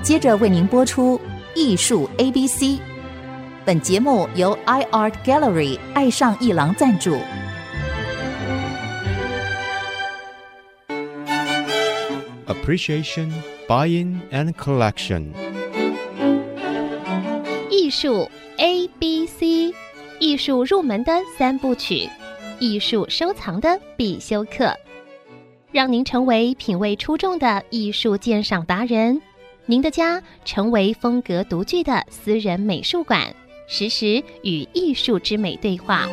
接着为您播出艺术 ABC。 本节目由 iArt Gallery 爱上一郎赞助。 Appreciation, Buying and Collection。 艺术 ABC， 艺术入门的三部曲，艺术收藏的必修课，让您成为品味出众的艺术鉴赏达人，您的家成为风格独具的私人美术馆，时时与艺术之美对话。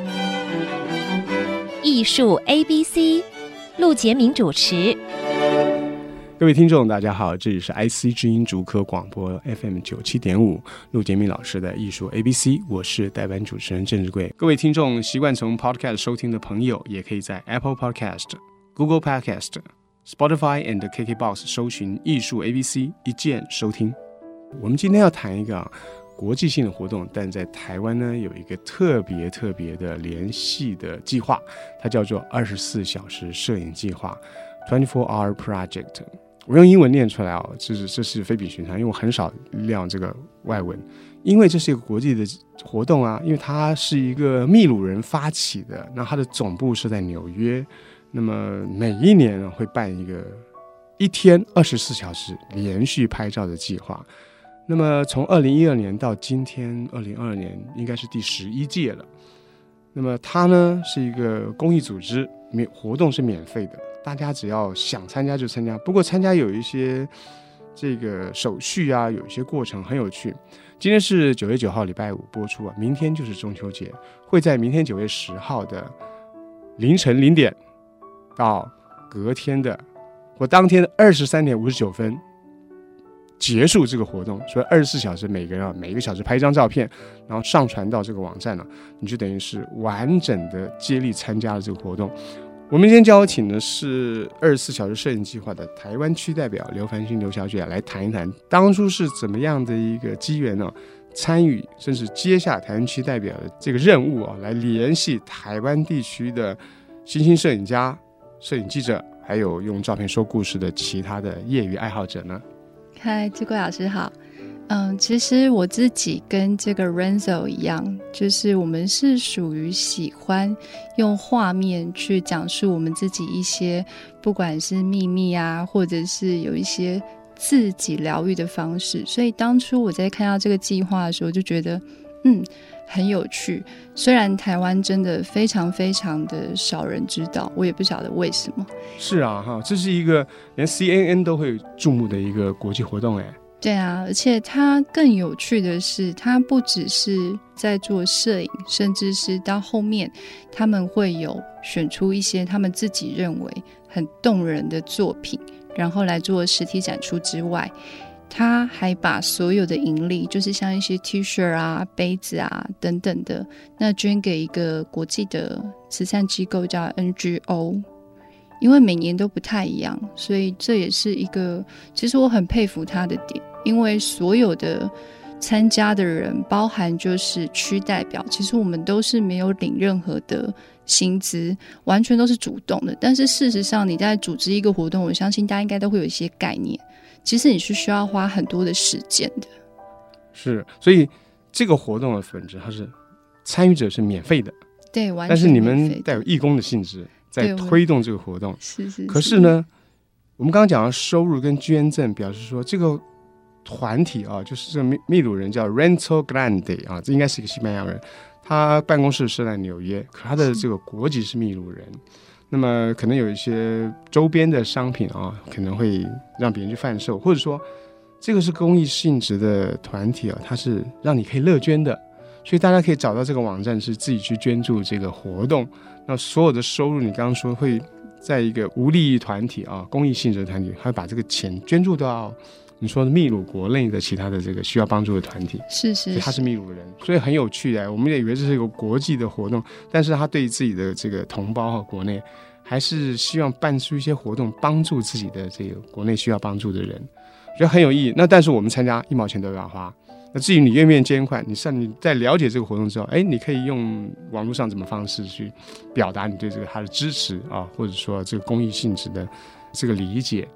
艺术 ABC， 陆杰明主持。 各位听众大家好，这里是 IC 之音竹科广播 FM97.5 陆杰明老师的艺术 ABC， 我是代班主持人郑志贵。各位听众习惯从 Podcast 收听的朋友，也可以在 Apple Podcast、Google Podcast、Spotify and KKBOX 搜寻艺术 ABC 一键收听。我们今天要谈一个国际性的活动，但在台湾呢有一个特别的联系的计划，它叫做24小时摄影计划 24-hour project。我用英文念出来哦，这是非比寻常，因为我很少亮这个外文，因为这是一个国际的活动啊，因为它是一个秘鲁人发起的，那它的总部是在纽约，那么每一年会办一天24小时连续拍照的计划。那么从2012年到今天2022年应该是第11届了。那么它呢是一个公益组织，活动是免费的，大家只要想参加就参加，不过参加有一些这个手续啊，有一些过程很有趣。今天是9月9号礼拜五播出啊，明天就是中秋节，会在明天9月10号的凌晨0点到隔天的或当天的23点59分结束这个活动。所以24小时每个人每一个小时拍一张照片，然后上传到这个网站了，你就等于是完整的接力参加了这个活动。我们今天邀请的是24小时摄影计划的台湾区代表刘凡勋刘小姐来谈一谈当初是怎么样的一个机缘呢，参与甚至接下台湾区代表的这个任务啊，来联系台湾地区的新兴摄影家、摄影记者，还有用照片说故事的其他的业余爱好者呢。 嗨，志贵老师好。其实我自己跟这个 Renzo 一样，就是我们是属于喜欢用画面去讲述我们自己一些不管是秘密啊，或者是有一些自己疗愈的方式。所以当初我在看到这个计划的时候就觉得很有趣。虽然台湾真的非常的少人知道，我也不晓得为什么。 是啊，这是一个连 CNN 都会注目的一个国际活动哎。 对啊，而且它更有趣的是，它不只是在做摄影，甚至是到后面他们会有选出一些他们自己认为很动人的作品，然后来做实体展出之外，他还把所有的盈利，就是像一些 T 恤啊、杯子啊等等的，那捐给一个国际的慈善机构叫 NGO。因为每年都不太一样，所以这也是一个其实我很佩服他的点。因为所有的参加的人，包含就是区代表，其实我们都是没有领任何的薪资，完全都是主动的。但是事实上你在组织一个活动，我相信大家应该都会有一些概念，其实你是需要花很多的时间的。是， 所以这个活动的本质它是参与者是免费的， 对，完全免费的， 但是你们带有义工的性质在推动这个活动。 是。 可是呢，我们刚刚讲到收入跟捐赠，表示说这个团体啊，就是这个秘鲁人叫 Renzo Grande 啊，这应该是一个西班牙人，他办公室是在纽约，可他的这个国籍是秘鲁人。那么可能有一些周边的商品啊，可能会让别人去贩售，或者说这个是公益性质的团体啊，它是让你可以乐捐的，所以大家可以找到这个网站，是自己去捐助这个活动。那所有的收入，你刚刚说会在一个无利益团体啊，公益性质的团体，会把这个钱捐助到你说的秘鲁国内的其他的这个需要帮助的团体。 是， 所以他是秘鲁人，所以很有趣的。我们也以为这是一个国际的活动，但是他对自己的这个同胞和国内，还是希望办出一些活动，帮助自己的这个国内需要帮助的人，觉得很有意义。那但是我们参加1毛钱都要花。那至于你愿不愿意捐款，你在了解这个活动之后，你可以用网络上怎么方式去表达你对这个他的支持啊，或者说这个公益性质的这个理解。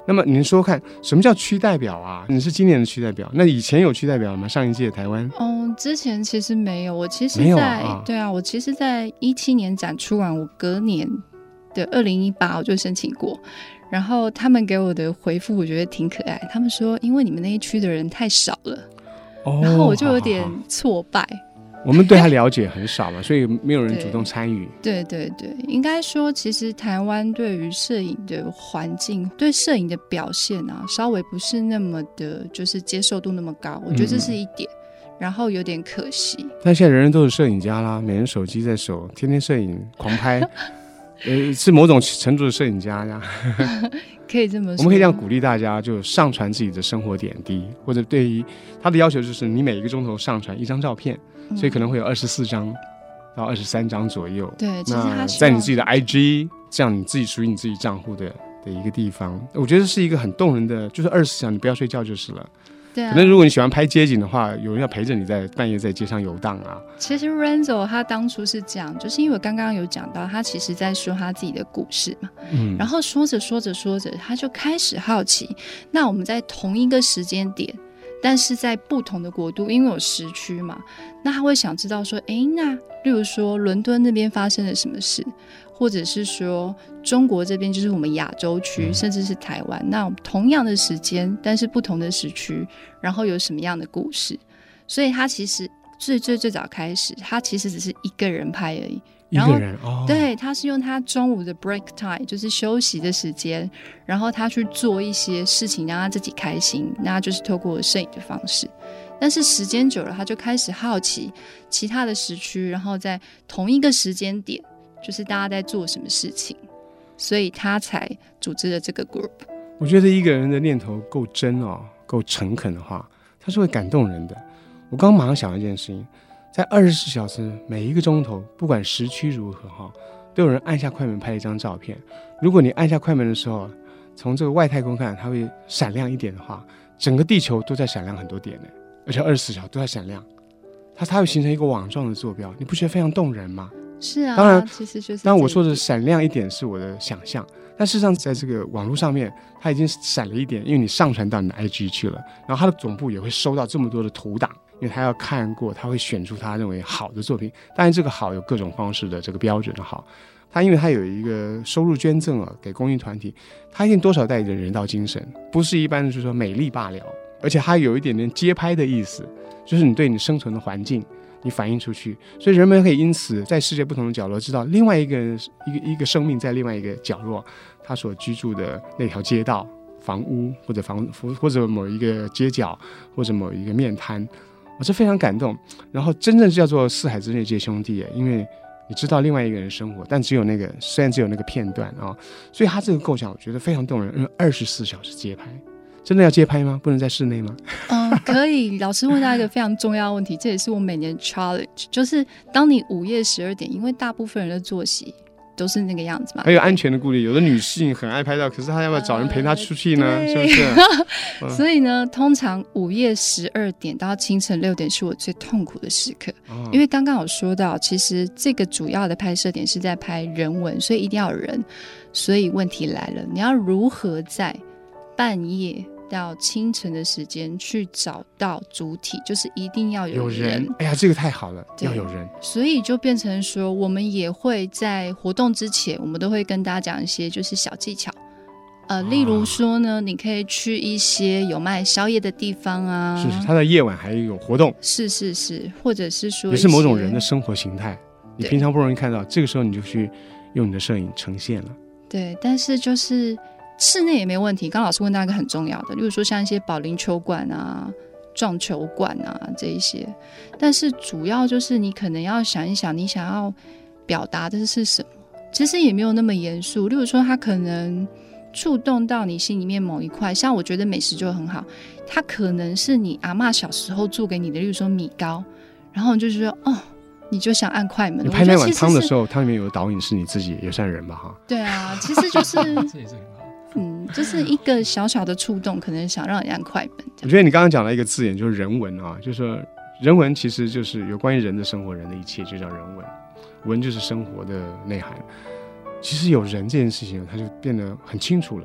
那么您说看，什么叫区代表啊？你是今年的区代表，那以前有区代表吗？上一届台湾？ 之前其实没有，我其实对啊，我其实在17年展出完，我隔年的2018我就申请过，然后他们给我的回复我觉得挺可爱，他们说因为你们那一区的人太少了，然后我就有点挫败。 我们对他了解很少嘛，所以没有人主动参与。 对对对，应该说其实台湾对于摄影的环境，对摄影的表现啊，稍微不是那么的就是接受度那么高，我觉得这是一点，然后有点可惜。 但现在人人都是摄影家啦，每人手机在手，天天摄影狂拍是某种程度的摄影家呀可以这么说。 我们可以这样鼓励大家，就上传自己的生活点滴，或者对于他的要求就是你每一个钟头上传1张照片，所以可能会有24张到23张左右。 对，其实那在你自己的 IG 这样你自己属于你自己账户的一个地方，我觉得是一个很动人的，就是24小时你不要睡觉就是了。 对啊， 可能如果你喜欢拍街景的话，有人要陪着你在半夜在街上游荡啊。 其实 Renzo 他当初是这样，就是因为我刚刚有讲到，他其实在说他自己的故事嘛，然后说着说着说着，他就开始好奇，那我们在同一个时间点，但是在不同的国度，因为有时区嘛，那他会想知道说，那例如说伦敦那边发生了什么事，或者是说中国这边就是我们亚洲区，甚至是台湾，那同样的时间，但是不同的时区，然后有什么样的故事？所以他其实最早开始，他其实只是一个人拍而已。然后一个人对，他是用他中午的 break time， 就是休息的时间，然后他去做一些事情让他自己开心，那就是透过摄影的方式。但是时间久了，他就开始好奇其他的时区，然后在同一个时间点，就是大家在做什么事情，所以他才组织了这个 group。 我觉得一个人的念头够真够诚恳的话，他是会感动人的。我刚马上想到一件事情，在24小时每一个钟头，不管时区如何都有人按下快门拍了一张照片。如果你按下快门的时候，从这个外太空看它会闪亮一点的话，整个地球都在闪亮很多点呢，而且24小时都在闪亮，它会形成一个网状的坐标，你不觉得非常动人吗？ 是啊， 当然其实就是当然我说的闪亮一点是我的想象，但事实上在这个网络上面它已经闪了一点，因为你上传到你的 IG 去了，然后它的总部也会收到这么多的图档，因为他要看过，他会选出他认为好的作品。当然这个好有各种方式的这个标准的好，他因为他有一个收入捐赠给公益团体，他一定多少带着人道精神，不是一般的就是说美丽罢了，而且他有一点点街拍的意思，就是你对你生存的环境你反映出去，所以人们可以因此在世界不同的角落知道另外一个人一个生命在另外一个角落，他所居住的那条街道、房屋或者某一个街角或者某一个面摊，我是非常感动。然后真正叫做四海之内皆兄弟，因为你知道另外一个人生活，但虽然只有那个片段所以他这个构想我觉得非常动人。24小时街拍，真的要街拍吗？不能在室内吗？ 可以。老师问到一个非常重要的问题，这也是我每年的 challenge， 就是当你午夜12点，因为大部分人的作息都是那个样子嘛， 还有安全的顾虑，有的女性很爱拍照，可是她要不要找人陪她出去呢？是不是？ 所以呢，通常午夜12点到清晨6点是我最痛苦的时刻，因为刚刚有说到，其实这个主要的拍摄点是在拍人文，所以一定要有人。所以问题来了，你要如何在半夜到清晨的时间去找到主体，就是一定要有人。 哎呀，这个太好了，要有人。 所以就变成说，我们也会在活动之前，我们都会跟大家讲一些就是小技巧。例如说呢，你可以去一些有卖宵夜的地方啊， 是它的夜晚还有活动， 是，或者是说也是某种人的生活形态，你平常不容易看到，这个时候你就去用你的摄影呈现了。 对，但是就是室内也没问题。刚老师问到一个很重要的，例如说像一些保龄球馆啊、撞球馆啊这一些，但是主要就是你可能要想一想，你想要表达的是什么。其实也没有那么严肃，例如说它可能触动到你心里面某一块，像我觉得美食就很好，它可能是你阿嬷小时候做给你的，例如说米糕，然后你就说你就想按快门。 你拍那碗汤的时候，汤里面有导引是你自己也算人吧哈？ 对啊，其实就是这也是很好。 就是一个小小的触动，可能想让你按快门。 我觉得你刚刚讲了一个字眼，就是人文就是说人文其实就是有关于人的生活，人的一切就叫人文，文就是生活的内涵。其实有人这件事情，它就变得很清楚了。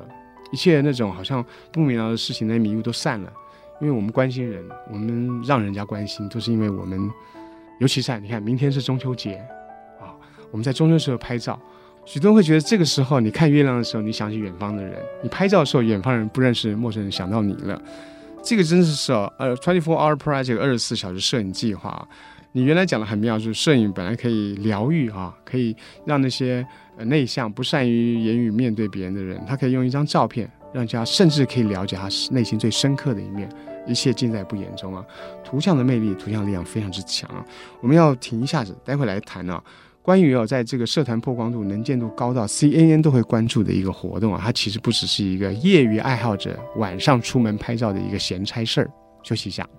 一切那种好像不明了的事情那迷雾都散了，因为我们关心人，我们让人家关心，都是因为我们，尤其是你看明天是中秋节啊，我们在中秋时候拍照，许多人会觉得这个时候你看月亮的时候，你想起远方的人，你拍照的时候远方人不认识陌生人想到你了，这个真的是24 Hour Project 24小时摄影计划。你原来讲的很妙，就是摄影本来可以疗愈啊，可以让那些内向不善于言语面对别人的人，他可以用一张照片让人家甚至可以了解他内心最深刻的一面，一切尽在不言中啊。图像的魅力，图像力量非常之强啊。我们要停一下子，待会来谈啊，关于在这个社团曝光度能见度高到 CNN 都会关注的一个活动啊，它其实不只是一个业余爱好者晚上出门拍照的一个闲差事儿。休息一下。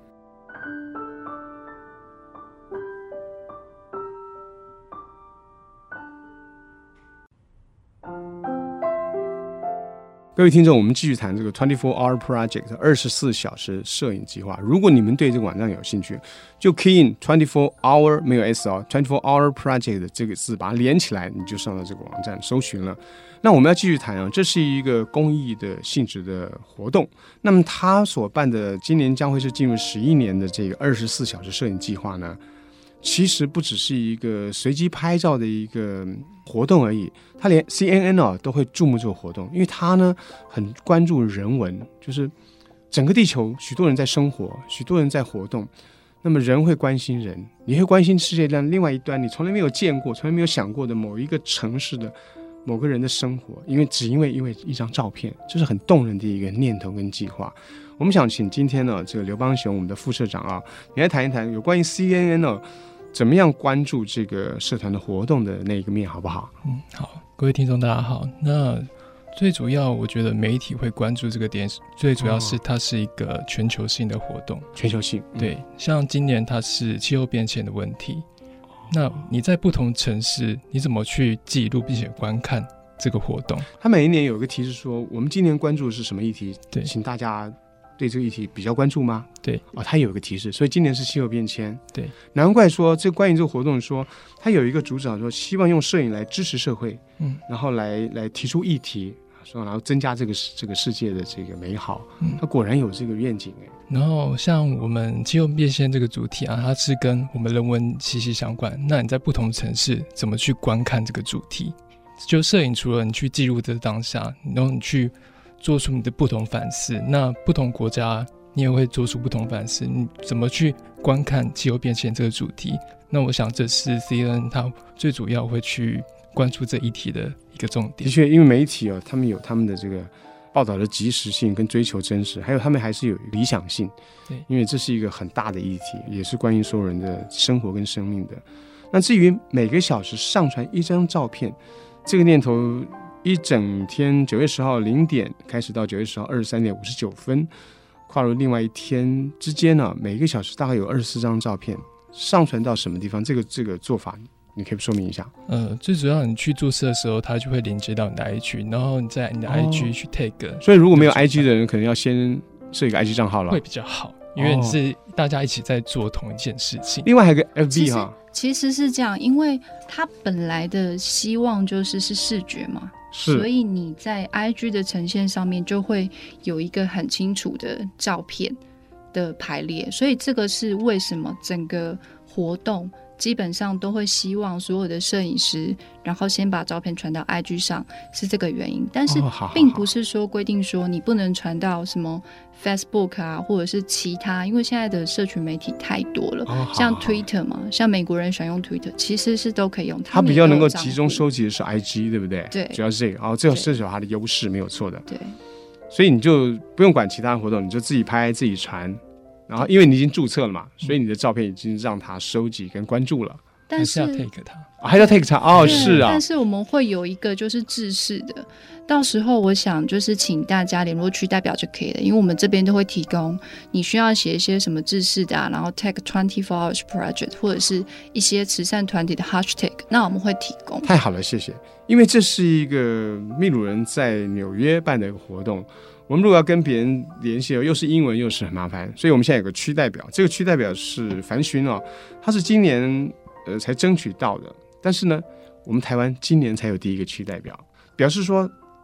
各位听众，我们继续谈这个24 Hour Project 24小时摄影计划。如果你们对这个网站有兴趣，就 key in 24 hour 没有 s 哦，24 Hour Project 这个字把它连起来，你就上到这个网站搜寻了。那我们要继续谈啊，这是一个公益的性质的活动。那么他所办的今年将会是进入11年的这个24小时摄影计划呢，其实不只是一个随机拍照的一个活动而已，他连 CNN 都会注目这个活动，因为他呢很关注人文，就是整个地球许多人在生活，许多人在活动，那么人会关心人，你会关心世界的另外一端你从来没有见过从来没有想过的某一个城市的某个人的生活，因为一张照片，这是很动人的一个念头跟计划。我们想请今天呢这个刘邦雄我们的副社长啊，你来谈一谈有关于 CNN 怎么样关注这个社团的活动的那一个面，好不好？ 好，各位听众大家好。那最主要我觉得媒体会关注这个点，最主要是它是一个全球性的活动。 全球性， 对，像今年它是气候变迁的问题，那你在不同城市你怎么去记录并且观看这个活动？ 他每一年有一个提示说我们今年关注的是什么议题， 对， 请大家对这个议题比较关注吗？ 对， 他有一个提示，所以今年是气候变迁。 对， 难怪说这关于这个活动说，他有一个主旨说，希望用摄影来支持社会，然后来提出议题，说然后增加这个世界的这个美好。他果然有这个愿景哎。 然后像我们气候变迁这个主题啊，它是跟我们人文息息相关。那你在不同城市怎么去观看这个主题？就摄影除了你去记录这当下，然后你去做出你的不同反思，那不同国家你也会做出不同反思，你怎么去观看气候变迁这个主题？那我想这是 CNN 它最主要会去关注这议题的一个重点。 的确，因为媒体他们有他们的这个报道的及时性跟追求真实，还有他们还是有理想性。 对， 因为这是一个很大的议题，也是关于所有人的生活跟生命的。那至于每个小时上传一张照片，这个念头一整天9月10号0点开始到9月10号23点59分，跨入另外一天之间呢，每个小时大概有24张照片上传到什么地方？这个做法你可以说明一下。 最主要你去注册的时候，它就会连接到你的 IG， 然后你在你的 IG 去 tag。 所以如果没有 IG 的人，可能要先设一个 IG 账号了， 会比较好，因为你是大家一起在做同一件事情。 另外还有个 FB 哈， 其实是这样，因为它本来的希望就是视觉嘛。所以你在 IG 的呈现上面就会有一个很清楚的照片的排列，所以这个是为什么整个活动基本上都会希望所有的摄影师然后先把照片传到 IG 上，是这个原因。但是并不是说规定说你不能传到什么 Facebook 啊或者是其他，因为现在的社群媒体太多了，像 Twitter 嘛，像美国人喜欢用 Twitter， 其实是都可以用。 他比较能够集中收集的是 IG， 对不对？ 对， 主要是这个这是有它的优势，没有错的。 对， 所以你就不用管其他的活动，你就自己拍自己传，然后因为你已经注册了嘛，所以你的照片已经让他收集跟关注了。 但是要 take 它， 还要 take 它是啊。 但是我们会有一个就是制式的，到时候我想就是请大家联络区代表就可以了，因为我们这边都会提供你需要写一些什么制式的然后 tag 24 hours project 或者是一些慈善团体的 hashtag， 那我们会提供。 太好了，谢谢。因为这是一个秘鲁人在纽约办的一个活动，我们如果要跟别人联系又是英文又是很麻烦，所以我们现在有个区代表，这个区代表是樊勋他是今年才争取到的，但是呢我们台湾今年才有第一个区代表，表示说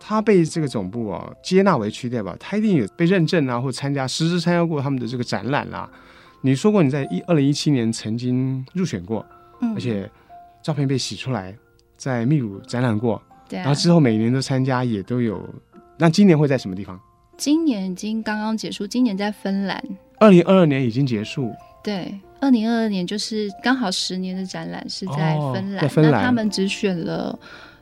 他被这个总部接纳为区代表，他一定有被认证啊，或实质参加过他们的这个展览啦。你说过你在2017年曾经入选过，而且照片被洗出来，在秘鲁展览过， 对啊， 然后之后每年都参加，也都有。那今年会在什么地方？ 今年已经刚刚结束，今年在芬兰。 2022年已经结束， 对，2022年就是刚好10年的展览是在芬兰， 在芬兰那他们只选了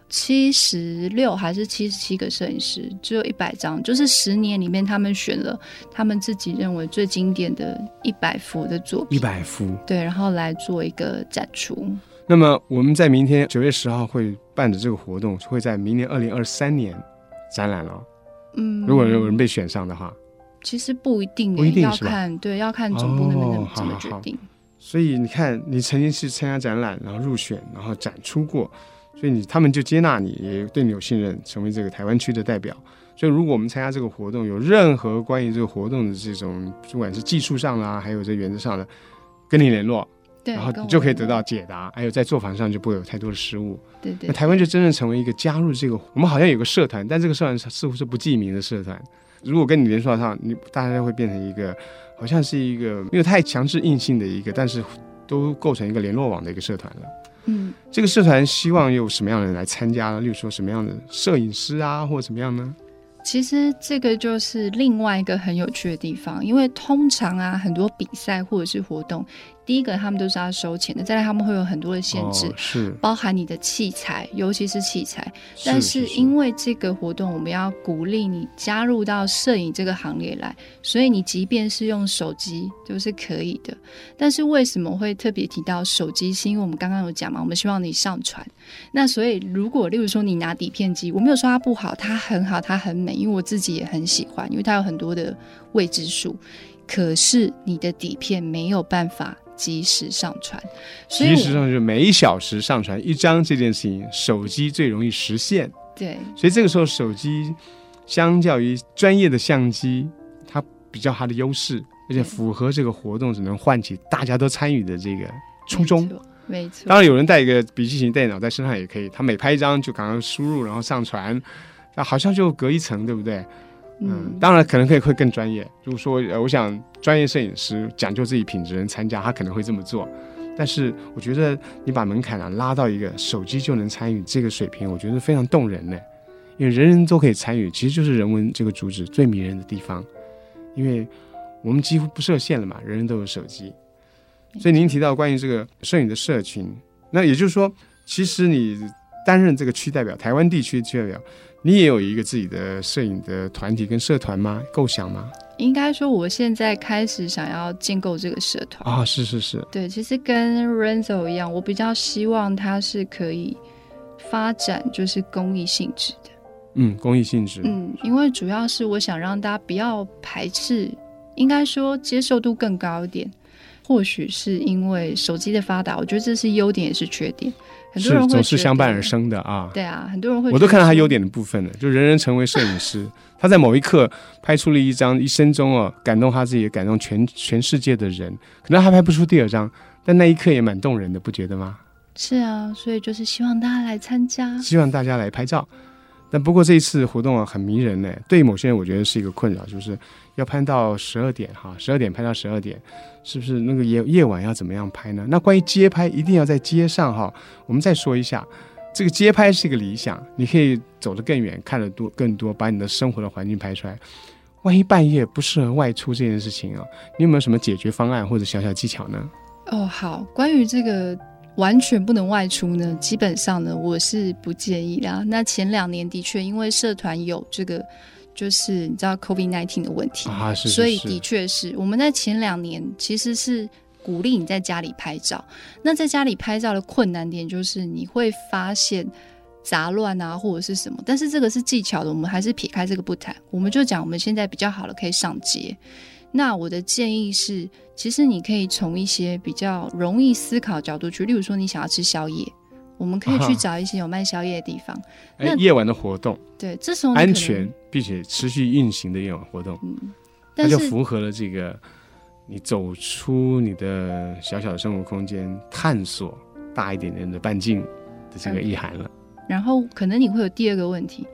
76还是77个摄影师，只有100张，就是10年里面他们选了他们自己认为最经典的100幅的作品 100幅， 对，然后来做一个展出。 那么我们在明天9月10号会办的这个活动，会在明年2023年展览了。如果有人被选上的话， 其实不一定，要看，对，要看总部那边怎么决定。 所以你看，你曾经是参加展览，然后入选，然后展出过，所以他们就接纳你，也对你有信任，成为这个台湾区的代表。所以如果我们参加这个活动，有任何关于这个活动的这种，不管是技术上啦，还有这原则上的，跟你联络， 对， 然后你就可以得到解答，还有在做法上就不会有太多的失误。 对对， 那台湾就真正成为一个加入这个，我们好像有个社团，但这个社团似乎是不记名的社团。如果跟你联络上，大家会变成一个，好像是一个没有太强制硬性的一个，但是都构成一个联络网的一个社团了。这个社团希望有什么样的人来参加呢？例如说什么样的摄影师啊，或者怎么样呢？ 其实这个就是另外一个很有趣的地方，因为通常啊，很多比赛或者是活动，第一个他们都是要收钱的，再来他们会有很多的限制， 是包含你的器材，尤其是器材。但是因为这个活动我们要鼓励你加入到摄影这个行列来，所以你即便是用手机就是可以的。但是为什么会特别提到手机，是因为我们刚刚有讲嘛，我们希望你上传。那所以如果例如说你拿底片机，我没有说它不好，它很好，它很美，因为我自己也很喜欢，因为它有很多的未知数，可是你的底片没有办法及时上传，所以及时上传每小时上传1张这件事情，手机最容易实现。 对， 所以这个时候手机相较于专业的相机，它比较它的优势，而且符合这个活动只能唤起大家都参与的这个初衷。 没错， 当然有人带一个笔记型电脑在身上也可以，他每拍一张就赶快输入然后上传，那好像就隔一层，对不对？当然可能会更专业。如果说我想专业摄影师讲究自己品质人参加，他可能会这么做。但是我觉得你把门槛拉到一个手机就能参与这个水平，我觉得非常动人呢。因为人人都可以参与，其实就是人文这个主旨最迷人的地方。因为我们几乎不设限了嘛，人人都有手机。所以您提到关于这个摄影的社群，那也就是说，其实你担任这个区代表，台湾地区区代表，你也有一个自己的摄影的团体跟社团吗？构想吗？ 应该说我现在开始想要建构这个社团啊，是是是， 对，其实跟 Renzo 一样，我比较希望它是可以发展就是公益性质的， 公益性质， 因为主要是我想让大家不要排斥，应该说接受度更高一点。或许是因为手机的发达，我觉得这是优点也是缺点。很多人会总是相伴而生的啊。 对啊，很多人会， 我都看到他优点的部分了，就人人成为摄影师。他在某一刻拍出了一张一生中感动他自己，也感动全世界的人。可能还拍不出第2张，但那一刻也蛮动人的，不觉得吗？ 是啊，所以就是希望大家来参加， 希望大家来拍照。但不过这一次活动很迷人呢，对于某些人我觉得是一个困扰，就是要拍到12点12点拍到12点，是不是那个夜晚要怎么样拍呢？那关于街拍一定要在街上我们再说一下，这个街拍是一个理想，你可以走得更远，看得更多，把你的生活的环境拍出来。万一半夜不适合外出这件事情你有没有什么解决方案或者小小技巧呢？ 好，关于这个完全不能外出呢，基本上呢我是不建议啦。那前2年的确因为社团有这个就是你知道 COVID-19 的问题是所以的确是我们在前2年其实是鼓励你在家里拍照。那在家里拍照的困难点就是你会发现杂乱啊或者是什么，但是这个是技巧的，我们还是撇开这个不谈，我们就讲我们现在比较好了可以上街。那我的建议是，其实你可以从一些比较容易思考的角度去，例如说你想要吃宵夜，我们可以去找一些有卖宵夜的地方。 夜晚的活动， 对，这时候安全并且持续运行的夜晚活动，它就符合了这个你走出你的小小的生活空间，探索大一点点的半径的这个意涵了。 然后可能你会有第2个问题，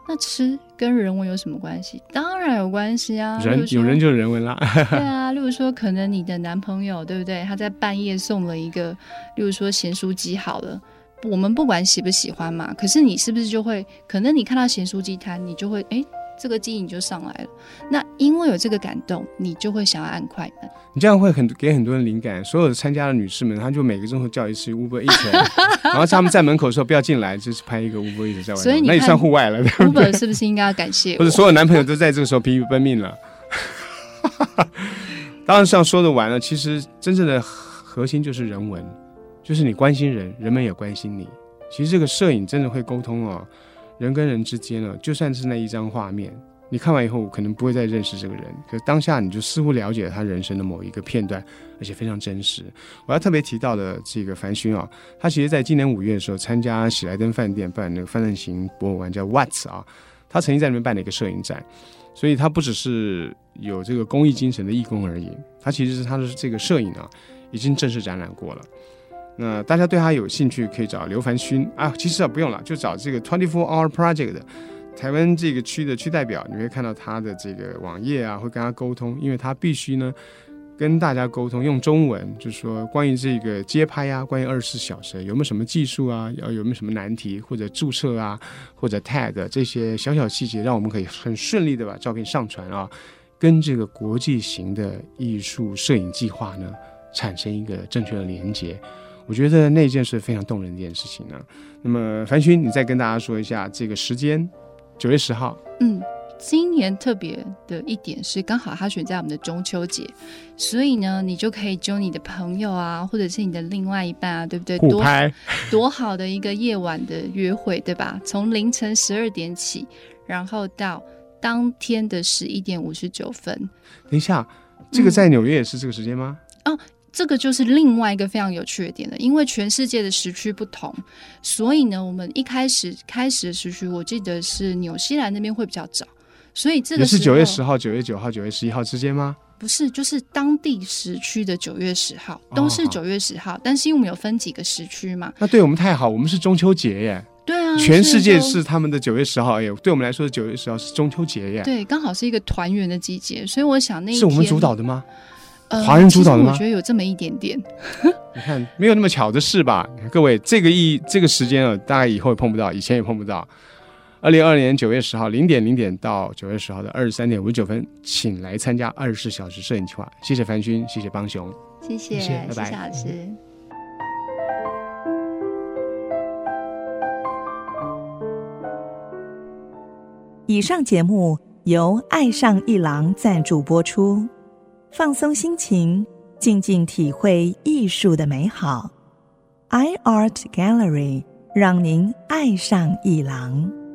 那吃跟人文有什么关系？当然有关系啊， 有人就人文啦。 对啊，例如说可能你的男朋友对不对，他在半夜送了一个例如说咸酥鸡好了，我们不管喜不喜欢嘛，可是你是不是就会可能你看到咸酥鸡摊你就会这个鸡你就上来了，那因为有这个感动你就会想要按快门， 你这样会给很多人灵感。所有的参加的女士们她就每个钟头叫一次 Uber Eats 然后他们在门口的时候不要进来，就是拍一个 Uber Eats 在外面， 所以你那也算户外了，对不对？ Uber 是不是应该要感谢我？ 或者所有男朋友都在这个时候疲于奔命了当然这样说的完了，其实真正的核心就是人文，就是你关心人，人们也关心你。其实这个摄影真的会沟通哦，人跟人之间就算是那一张画面，你看完以后可能不会再认识这个人，可是当下你就似乎了解了他人生的某一个片段，而且非常真实。我要特别提到的这个樊勋他其实在今年5月的时候参加喜来登饭店办那个泛滥型博物馆叫 Watts 他曾经在那边办了一个摄影展，所以他不只是有这个公益精神的义工而已，他其实是他的这个摄影已经正式展览过了。那大家对他有兴趣可以找刘樊勋其实不用了，就找这个 24-hour project 的台湾这个区的区代表，你会看到他的这个网页会跟他沟通，因为他必须呢跟大家沟通，用中文，就是说关于这个街拍关于24小时有没有什么技术有没有什么难题，或者注册或者 tag 这些小小细节，让我们可以很顺利的把照片上传跟这个国际型的艺术摄影计划呢产生一个正确的连结。我觉得那件是非常动人的一件事情那么樊勋，你再跟大家说一下这个时间，9月10号。 今年特别的一点是刚好它选在我们的中秋节，所以呢你就可以揪你的朋友或者是你的另外一半对不对？ 互拍多好的一个夜晚的约会，对吧？从凌晨12点起，然后到当天的11点59分。 等一下，这个在纽约也是这个时间吗？ 这个就是另外一个非常有趣的点了，因为全世界的时区不同，所以呢我们一开始的时区我记得是纽西兰那边会比较早，所以这个时候也是9月10号、9月9号、9月11号之间吗？ 不是，就是当地时区的9月10号都是9月10号，但是因为我们有分几个时区嘛。 那对我们太好，我们是中秋节耶。 对啊， 全世界是他们的9月10号耶，对我们来说9月10号是中秋节耶。 对，刚好是一个团圆的季节，所以我想那一天是我们主导的吗？华人主导的吗？ 我觉得有这么一点点你看没有那么巧的事吧。各位，这个时间大概以后也碰不到，以前也碰不到。2022年9月10号0点到9月10号的23点59分，请来参加24小时摄影计划。谢谢樊勋，谢谢邦雄， 谢谢， 拜拜， 谢谢老师。 以上节目由爱上一郎赞助播出，放松心情，静静体会艺术的美好。iArt Gallery 让您爱上一郎。